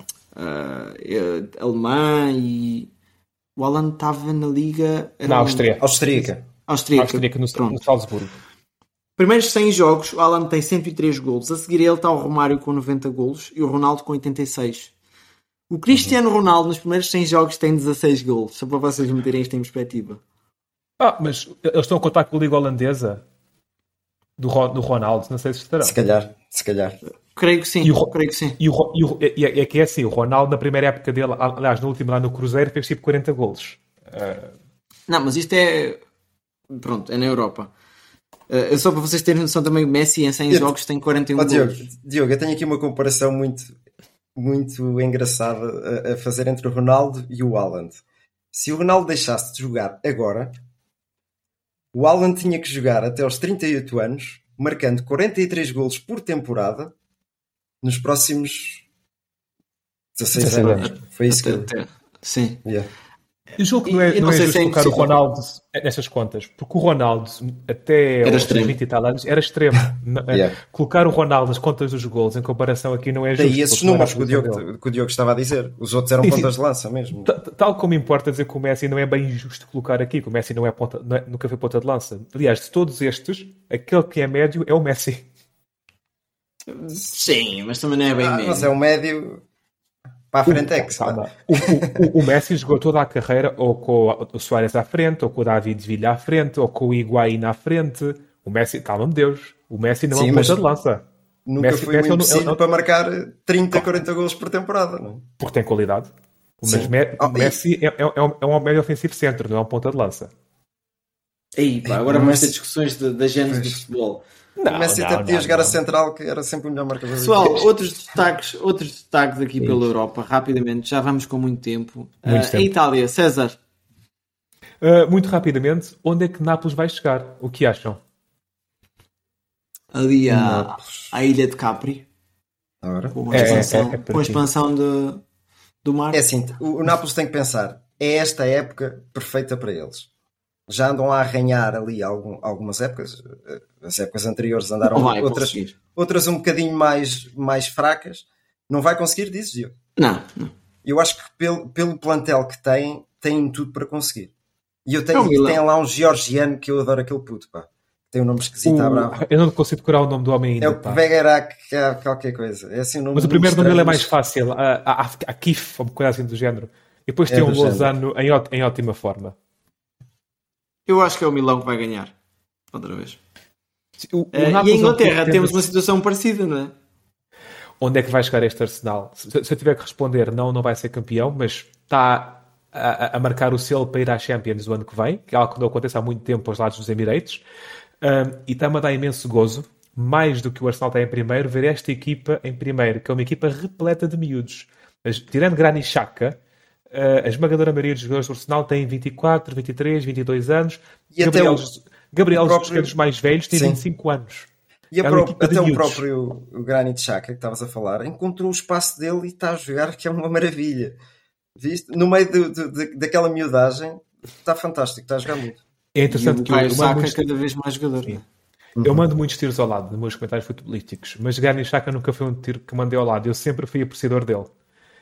alemã e o Haaland estava na liga... Na Austríaca. Austríaca no Salzburgo. Primeiros 100 jogos, o Haaland tem 103 golos. A seguir ele está o Romário com 90 golos e o Ronaldo com 86. O Cristiano Ronaldo nos primeiros 100 jogos tem 16 golos. Só para vocês meterem isto em perspectiva. Mas eles estão a contar com a Liga Holandesa do Ronaldo, não sei se estarão. Se calhar. Creio que sim. É que é assim, o Ronaldo na primeira época dele, aliás, no último lá no Cruzeiro, fez tipo 40 golos. Não, mas isto é... Pronto, é na Europa. Só para vocês terem noção também, o Messi em 100 jogos tem 41 golos. Diogo, eu tenho aqui uma comparação muito engraçada a fazer entre o Ronaldo e o Haaland. Se o Ronaldo deixasse de jogar agora, o Haaland tinha que jogar até aos 38 anos, marcando 43 golos por temporada nos próximos 16 anos. Foi isso que... Sim. Yeah. Eu julgo que não é justo colocar o Ronaldo nessas contas, porque o Ronaldo até aos 20 e tal anos era extremo. Colocar o Ronaldo nas contas dos golos em comparação aqui não é justo. Daí esses números que o Diogo estava a dizer. Os outros eram pontas de lança mesmo. Tal como importa dizer que o Messi não é bem justo colocar aqui, que o Messi nunca foi ponta de lança. Aliás, de todos estes, aquele que é médio é o Messi. Sim, mas também não é bem médio. Mas é um médio... Para a frente é que o Messi jogou toda a carreira ou com o Suárez à frente, ou com o David Villa à frente, ou com o Higuaín à frente. O Messi, calma-me Deus, o Messi não é uma ponta de lança. Nunca foi um empecilho para marcar 30, 40 golos por temporada, não? Porque tem qualidade. O Messi é um médio ofensivo centro, não é um ponta de lança. Agora vamos ter discussões da gênese do futebol. O Messi até podia jogar a central, que era sempre o melhor marcador. Pessoal, outros destaques aqui pela Europa, rapidamente, já vamos com muito tempo. A Itália, César. Muito rapidamente, onde é que Nápoles vai chegar? O que acham? Ali à ilha de Capri. Com a expansão do mar. É assim, o Nápoles tem que pensar, é esta época perfeita para eles. Já andam a arranhar ali algumas épocas. As épocas anteriores andaram outras um bocadinho mais fracas. Não vai conseguir, dizes, Diogo? Não. Eu acho que pelo plantel que tem tudo para conseguir. E tem lá um georgiano que eu adoro, aquele puto, pá. Tem um nome esquisito, bravo. Eu não consigo decorar o nome do homem ainda. É o Vegarak, qualquer coisa. É assim um nome. Mas o primeiro nome dele é mais fácil. A Kif, ou uma coisa assim do género. E depois tem um Lozano em ótima forma. Eu acho que é o Milão que vai ganhar. Outra vez. E em Inglaterra temos uma situação parecida, não é? Onde é que vai chegar este Arsenal? Se eu tiver que responder, não vai ser campeão, mas está a marcar o selo para ir à Champions do ano que vem, que é algo que não acontece há muito tempo aos lados dos Emirates. E está-me a dar imenso gozo, mais do que o Arsenal está em primeiro, ver esta equipa em primeiro, que é uma equipa repleta de miúdos. Mas, tirando Granit Xhaka, a esmagadora maioria dos jogadores do Arsenal têm 24, 23, 22 anos. E Gabriel Jesus, que é dos mais velhos, tem 25 anos. E até o próprio Granit Xhaka, que estavas a falar, encontrou o espaço dele e está a jogar, que é uma maravilha. Viste? No meio daquela miudagem, está fantástico, está a jogar muito. É interessante que o Saka é cada vez mais jogador. Eu mando muitos tiros ao lado nos meus comentários futebolísticos, mas Granit Xhaka nunca foi um tiro que mandei ao lado. Eu sempre fui apreciador dele.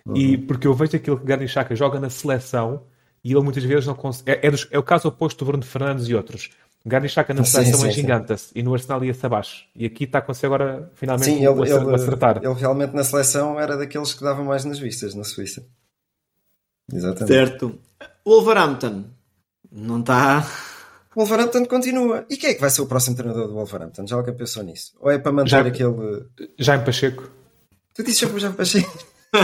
E porque eu vejo aquilo que Granit Xhaka joga na seleção e ele muitas vezes não consegue. É o caso oposto do Bruno Fernandes e outros. Granit Xhaka na seleção engiganta-se e no Arsenal ia-se abaixo. E aqui está a conseguir agora finalmente acertar. Ele realmente na seleção era daqueles que dava mais nas vistas na Suíça. Exatamente. Certo. O Wolverhampton não está. O Wolverhampton continua. E quem é que vai ser o próximo treinador do Wolverhampton? Já alguém pensou nisso? Ou é para manter aquele. Jaime Pacheco. Tu disse sempre o Jaime Pacheco.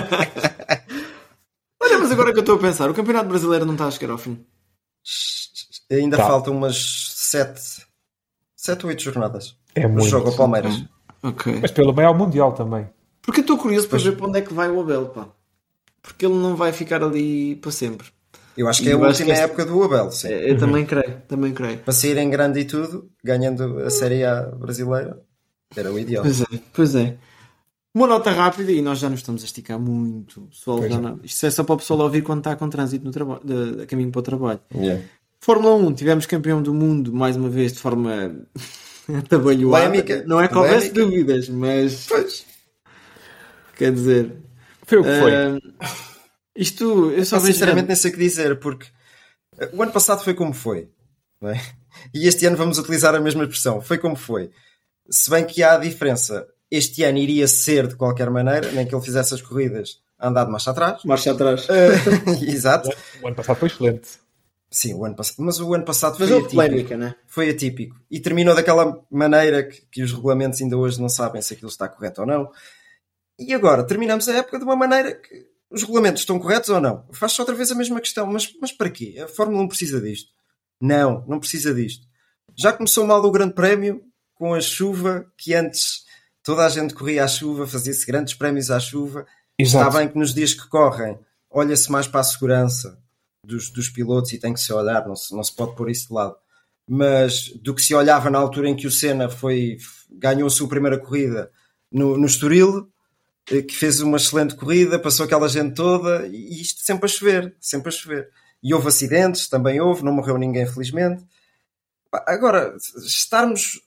Olha, mas agora que eu estou a pensar, o Campeonato Brasileiro não está a chegar ao fim. Ainda faltam umas 7 ou 8 jornadas. É muito. O jogo ao Palmeiras. Okay. Mas pelo meio ao Mundial também. Porque eu estou curioso para ver para onde é que vai o Abel, pá. Porque ele não vai ficar ali para sempre. Eu acho que é a última época do Abel, sim. Eu também creio. Para sair em grande e tudo, ganhando a Série A brasileira, era o ideal. Pois é. Uma nota rápida e nós já nos estamos a esticar muito. Isto é só para o pessoal ouvir quando está com trânsito no trabalho, a caminho para o trabalho. Yeah. Fórmula 1, tivemos campeão do mundo mais uma vez de forma atabalhoada. Não é que houvesse dúvidas, mas pois. Quer dizer, foi o que foi. Isto eu só vejo sinceramente nem sei o que dizer, porque o ano passado foi como foi, não é? E este ano vamos utilizar a mesma expressão, foi como foi. Se bem que há a diferença, este ano iria ser de qualquer maneira, nem que ele fizesse as corridas a andar de marcha atrás. Exato. O ano passado foi excelente. Sim, o ano passado, mas o ano passado foi atípico. Polémica, né? Foi atípico. E terminou daquela maneira que os regulamentos ainda hoje não sabem se aquilo está correto ou não. E agora, terminamos a época de uma maneira que os regulamentos estão corretos ou não? Faz-se outra vez a mesma questão. Mas para quê? A Fórmula 1 precisa disto? Não precisa disto. Já começou mal o Grande Prémio com a chuva, que antes toda a gente corria à chuva, fazia-se grandes prémios à chuva. Exato. Está bem que nos dias que correm olha-se mais para a segurança dos pilotos e tem que se olhar, não se pode pôr isso de lado. Mas do que se olhava na altura em que o Senna ganhou a sua primeira corrida no Estoril, que fez uma excelente corrida, passou aquela gente toda, e isto sempre a chover. E houve acidentes, também houve, não morreu ninguém, felizmente. Agora, estarmos...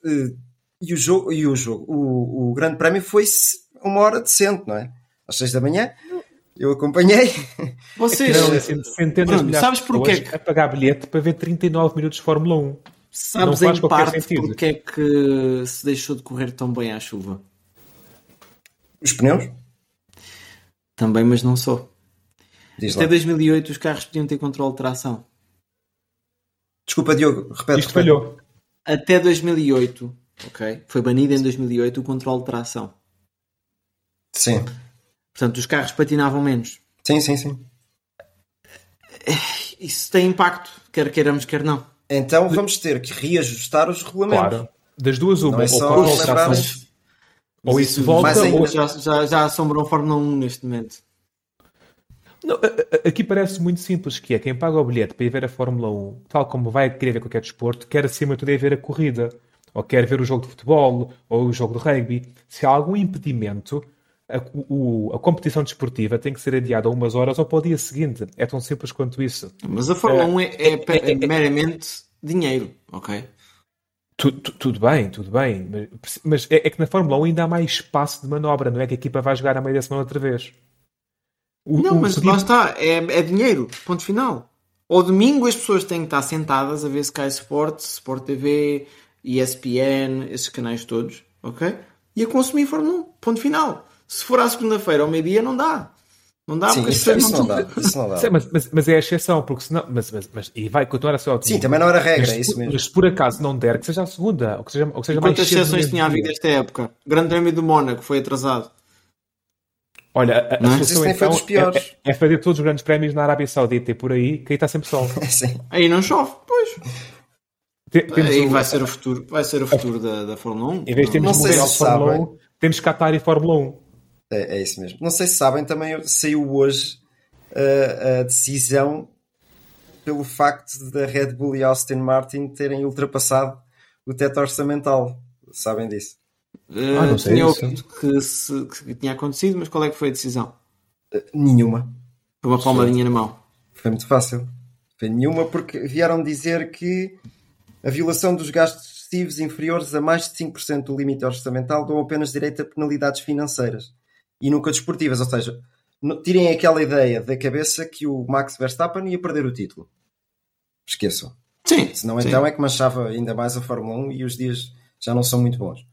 O Grande Prémio foi-se uma hora decente, não é? Às 6 da manhã, eu acompanhei. Vocês... Centenas de milhares de pessoas a pagar bilhete para ver 39 minutos de Fórmula 1. Sabes em parte porque é que se deixou de correr tão bem à chuva? Os pneus? Também, mas não só. Diz Até lá. 2008 os carros podiam ter controle de tração. Desculpa, Diogo, repete. Isto falhou. Até 2008, ok? Foi banido em 2008 o controle de tração. Sim. Portanto, os carros patinavam menos. Sim. Isso tem impacto, quer queiramos, quer não. Então vamos ter que reajustar os regulamentos. Claro. Das duas, uma. Não é só lembrar... Ou isso volta, ou... já assombram a Fórmula 1 neste momento. Não, aqui parece muito simples, que é quem paga o bilhete para ir ver a Fórmula 1, tal como vai querer ver qualquer desporto, quer acima de tudo ir ver a corrida, ou quer ver o jogo de futebol, ou o jogo de rugby. Se há algum impedimento, a competição desportiva tem que ser adiada a umas horas ou para o dia seguinte. É tão simples quanto isso. Mas a Fórmula 1 é meramente dinheiro, ok? Tudo bem, mas é que na Fórmula 1 ainda há mais espaço de manobra, não é que a equipa vai jogar a meio da semana outra vez. Lá está, é dinheiro, ponto final. Ao domingo as pessoas têm que estar sentadas a ver Sky Sports, Sport TV, ESPN, esses canais todos, ok? E a consumir Fórmula 1, ponto final. Se for à segunda-feira ao meio-dia, não dá. Não dá. Sim, porque isso não dá. Mas é a exceção, porque senão... e vai continuar a ser ótimo. Sim, também não era regra, é isso mesmo. Mas se por acaso não der, que seja a segunda, ou que seja mais cedo. Quantas exceções tinha havido esta época? O Grande Prémio do Mónaco foi atrasado. Olha, a solução então dos piores. É fazer todos os grandes prémios na Arábia Saudita e por aí, que aí está sempre sol. Sim. Aí não chove, pois. Aí vai ser o futuro da Fórmula 1. Em vez de termos Mundial de Fórmula 1, temos Qatar e Fórmula 1. É isso mesmo. Não sei se sabem, também saiu hoje a decisão pelo facto da Red Bull e Aston Martin terem ultrapassado o teto orçamental. Sabem disso? Não sei. Tinha ouvido que tinha acontecido, mas qual é que foi a decisão? Nenhuma. Foi uma palmadinha na mão. Foi muito fácil. Foi nenhuma, porque vieram dizer que a violação dos gastos excessivos inferiores a mais de 5% do limite orçamental dão apenas direito a penalidades financeiras e nunca desportivas. Ou seja, tirem aquela ideia da cabeça que o Max Verstappen ia perder o título. Esqueçam. Sim. Senão sim. então é que manchava ainda mais a Fórmula 1 e os dias já não são muito bons.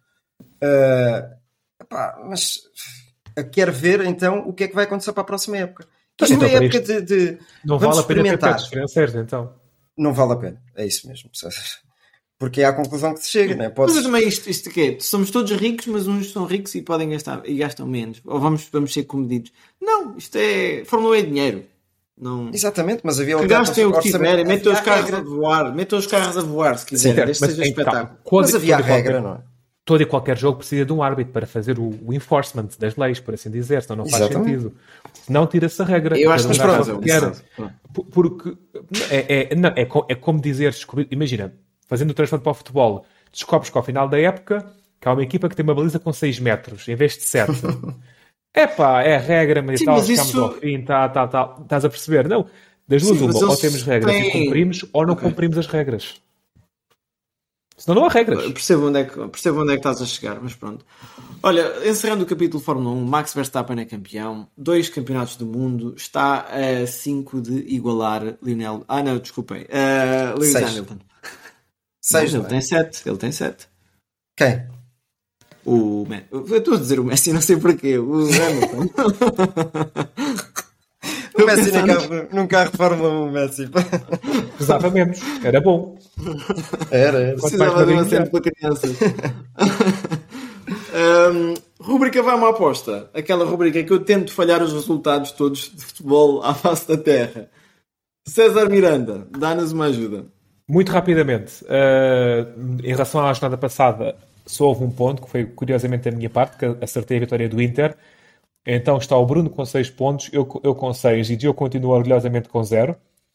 Mas quero ver então o que é que vai acontecer para a próxima época. Que isto Então, é época de não vamos vale a pena ter experimentar. pactos financeiros, então. Não vale a pena, é isso mesmo. Porque é à conclusão que se chega, não é? Mas também isto o quê? Somos todos ricos, mas uns são ricos e podem gastar e gastam menos. Ou vamos ser comedidos. Não, isto é. Fórmula 1 é dinheiro. Não... Exatamente, mas havia que gastem o que tiverem, metam os carros a voar, se quiserem, desde que seja espetáculo. Mas havia a regra, não é? Todo e qualquer jogo precisa de um árbitro para fazer o enforcement das leis, por assim dizer, senão não faz sentido. Não tira-se a regra. Eu acho que porque é como dizeres, imagina, fazendo o transplante para o futebol, descobres que ao final da época que há uma equipa que tem uma baliza com 6 metros em vez de 7. É a regra, mas chegamos ao fim, estás a perceber? Não, das duas uma, ou temos regras e cumprimos, ou não cumprimos as regras. Senão não há regras. Percebo onde é que estás a chegar, mas pronto. Olha, encerrando o capítulo Fórmula 1, Max Verstappen é campeão, 2 campeonatos do mundo, está a 5 de igualar Lionel... Lewis Hamilton. 6, ele tem 7. Quem? Eu estou a dizer o Messi, não sei porquê. O Hamilton. O Messi num carro de Fórmula 1, o Messi. Pesava menos, era bom. Era. Precisava de uma cena para crianças. Rúbrica Vai uma Aposta. Aquela rúbrica que eu tento falhar os resultados todos de futebol à face da terra. César Miranda, dá-nos uma ajuda. Muito rapidamente, em relação à jornada passada, só houve um ponto, que foi curiosamente da minha parte, que acertei a vitória do Inter. Então está o Bruno com 6 pontos, eu com 6 e eu continuo orgulhosamente com 0.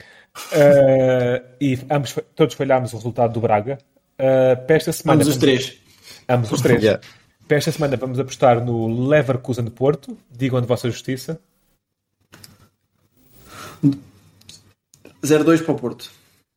E todos falhámos o resultado do Braga. Para esta semana, ambos os 3. Yeah. Para esta semana vamos apostar no Leverkusen de Porto. Digam de vossa justiça. 0-2 para o Porto.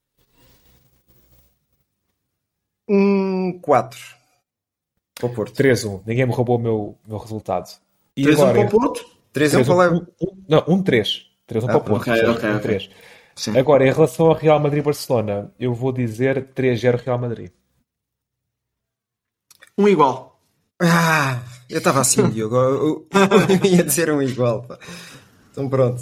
1-4 para o Porto. 3-1. Ninguém me roubou o meu resultado. 3-1 para o Porto? 3-1 para o Leverkusen. Não, 1-3. 3-1 para o Porto. Ok. Sim. Agora, em relação ao Real Madrid-Barcelona, eu vou dizer 3-0 Real Madrid. 1 igual. Eu estava assim, Diogo. Eu ia dizer 1 igual. Pá. Então pronto.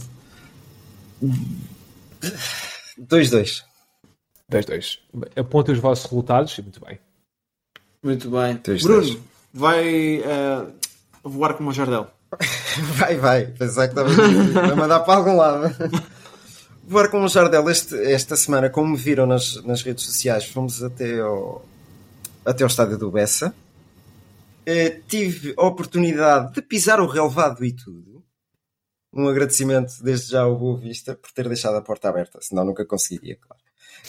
2-2. 2-2. Apontem os vossos resultados. Muito bem. Muito bem. 2-2. Bruno, vai voar como um Jardel. Vai. Pensar que vai mandar para algum lado. Voar com um Jardel esta semana, como me viram nas redes sociais, fomos até ao estádio do Bessa. Tive a oportunidade de pisar o relvado e tudo. Um agradecimento desde já ao Boa Vista por ter deixado a porta aberta, senão nunca conseguiria, claro.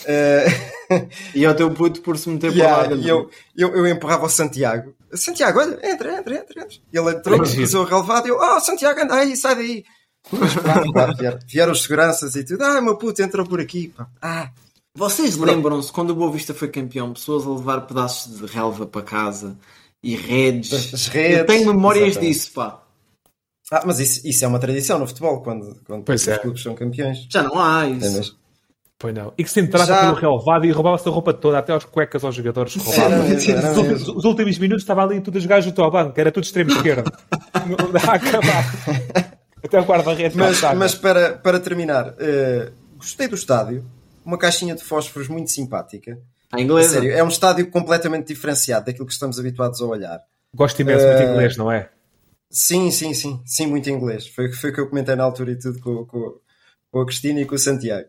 E ao teu puto por se meter para lá dentro. Eu empurrava o Santiago. Santiago, olha, entra. Ele entrou, pisou o relvado e eu, Santiago, anda aí, sai daí. Claro, vieram os seguranças e tudo. Meu puto entrou por aqui. Pá. Vocês lembram-se quando o Boa Vista foi campeão, pessoas a levar pedaços de relva para casa e redes? As redes, eu tenho memórias exatamente. Disso, pá. Mas isso é uma tradição no futebol, quando os clubes são campeões. Já não há isso. Pois não. E que se entrava pelo relvado e roubava-se a roupa toda, até aos cuecas aos jogadores roubavam. Os últimos minutos estava ali tudo a jogar junto ao banco, era tudo extremo esquerdo. Não dá a acabar. Até o guarda-redes. Mas para terminar, gostei do estádio. Uma caixinha de fósforos muito simpática. A inglesa. Sério, é um estádio completamente diferenciado daquilo que estamos habituados a olhar. Gosto imenso muito inglês, não é? Sim, muito inglês. Foi o que eu comentei na altura e tudo com a Cristina e com o Santiago.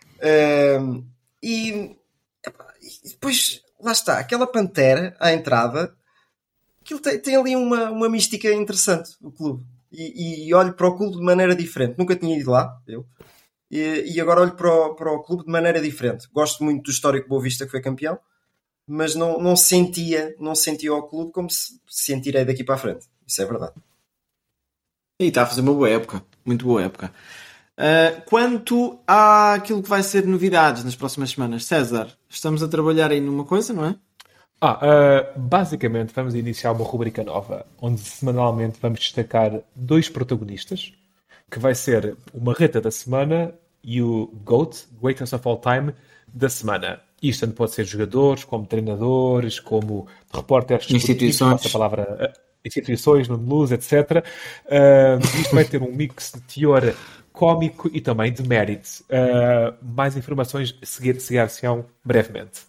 E depois, lá está, aquela pantera à entrada, aquilo tem ali uma mística interessante, o clube. E olho para o clube de maneira diferente. Nunca tinha ido lá, eu. E agora olho para o clube de maneira diferente. Gosto muito do histórico Boa Vista que foi campeão, mas não sentia o clube como se sentirei daqui para a frente. Isso é verdade. E está a fazer uma boa época. Muito boa época. Quanto àquilo que vai ser novidades nas próximas semanas, César, estamos a trabalhar aí numa coisa, não é? Basicamente vamos iniciar uma rubrica nova, onde semanalmente vamos destacar 2 protagonistas que vai ser o Marreta da semana e o GOAT, Greatest of All Time, da semana. Isto tanto pode ser jogadores, como treinadores, como repórteres, instituições, a palavra, instituições, no luz, etc. Isto vai ter um mix de teor cómico e também de mérito. Mais informações seguir-se-ão brevemente.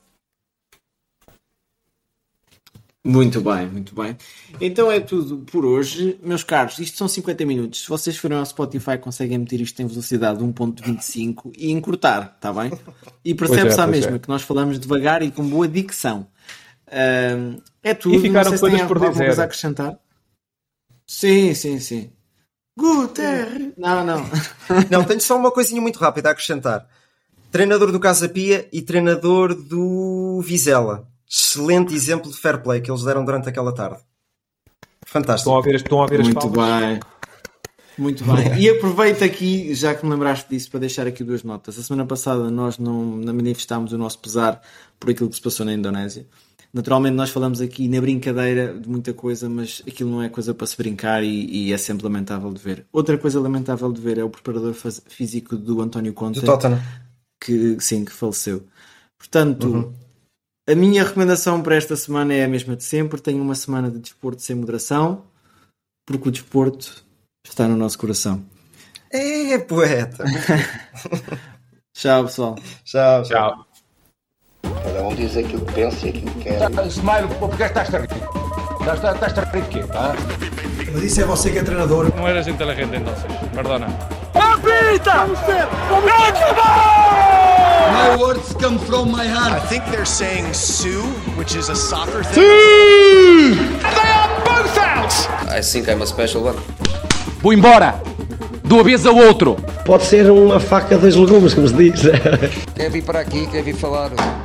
Muito bem, muito bem. Então é tudo por hoje. Meus caros, isto são 50 minutos. Se vocês forem ao Spotify, conseguem meter isto em velocidade de 1.25 e encurtar, está bem? E percebe-se à mesma que nós falamos devagar e com boa dicção. É tudo. E ficaram não sei se tem por alguma dizer. coisa a acrescentar. Sim. Guter! Não. Não, tenho só uma coisinha muito rápida a acrescentar. Treinador do Casa Pia e treinador do Vizela. Excelente exemplo de fair play que eles deram durante aquela tarde. Fantástico. Estão a ver as Muito palmas? bem. Muito bem. E aproveito aqui, já que me lembraste disso, para deixar aqui 2 notas. A semana passada nós não manifestámos o nosso pesar por aquilo que se passou na Indonésia. Naturalmente nós falamos aqui na brincadeira de muita coisa, mas aquilo não é coisa para se brincar e é sempre lamentável de ver. Outra coisa lamentável de ver é o preparador físico do António Conte, Do Tottenham. que faleceu. Portanto, a minha recomendação para esta semana é a mesma de sempre. Tenho uma semana de desporto sem moderação, porque o desporto está no nosso coração. É, poeta. Tchau, pessoal. Tchau. Cada um diz aquilo que pensa e aquilo que quer. Smile, porque estás-te a rir. Estás-te a rir de quê, tá? Mas isso é você que é treinador. No eres inteligente entonces, perdona. Apita! My words come from my I heart. think they're saying Sue, which is a soccer thing. And they are both out! I think I'm a special one. Vou embora! Do avesso ao outro! Pode ser uma faca 2 legumes, como se diz. Quer vir para aqui, quer vir falar.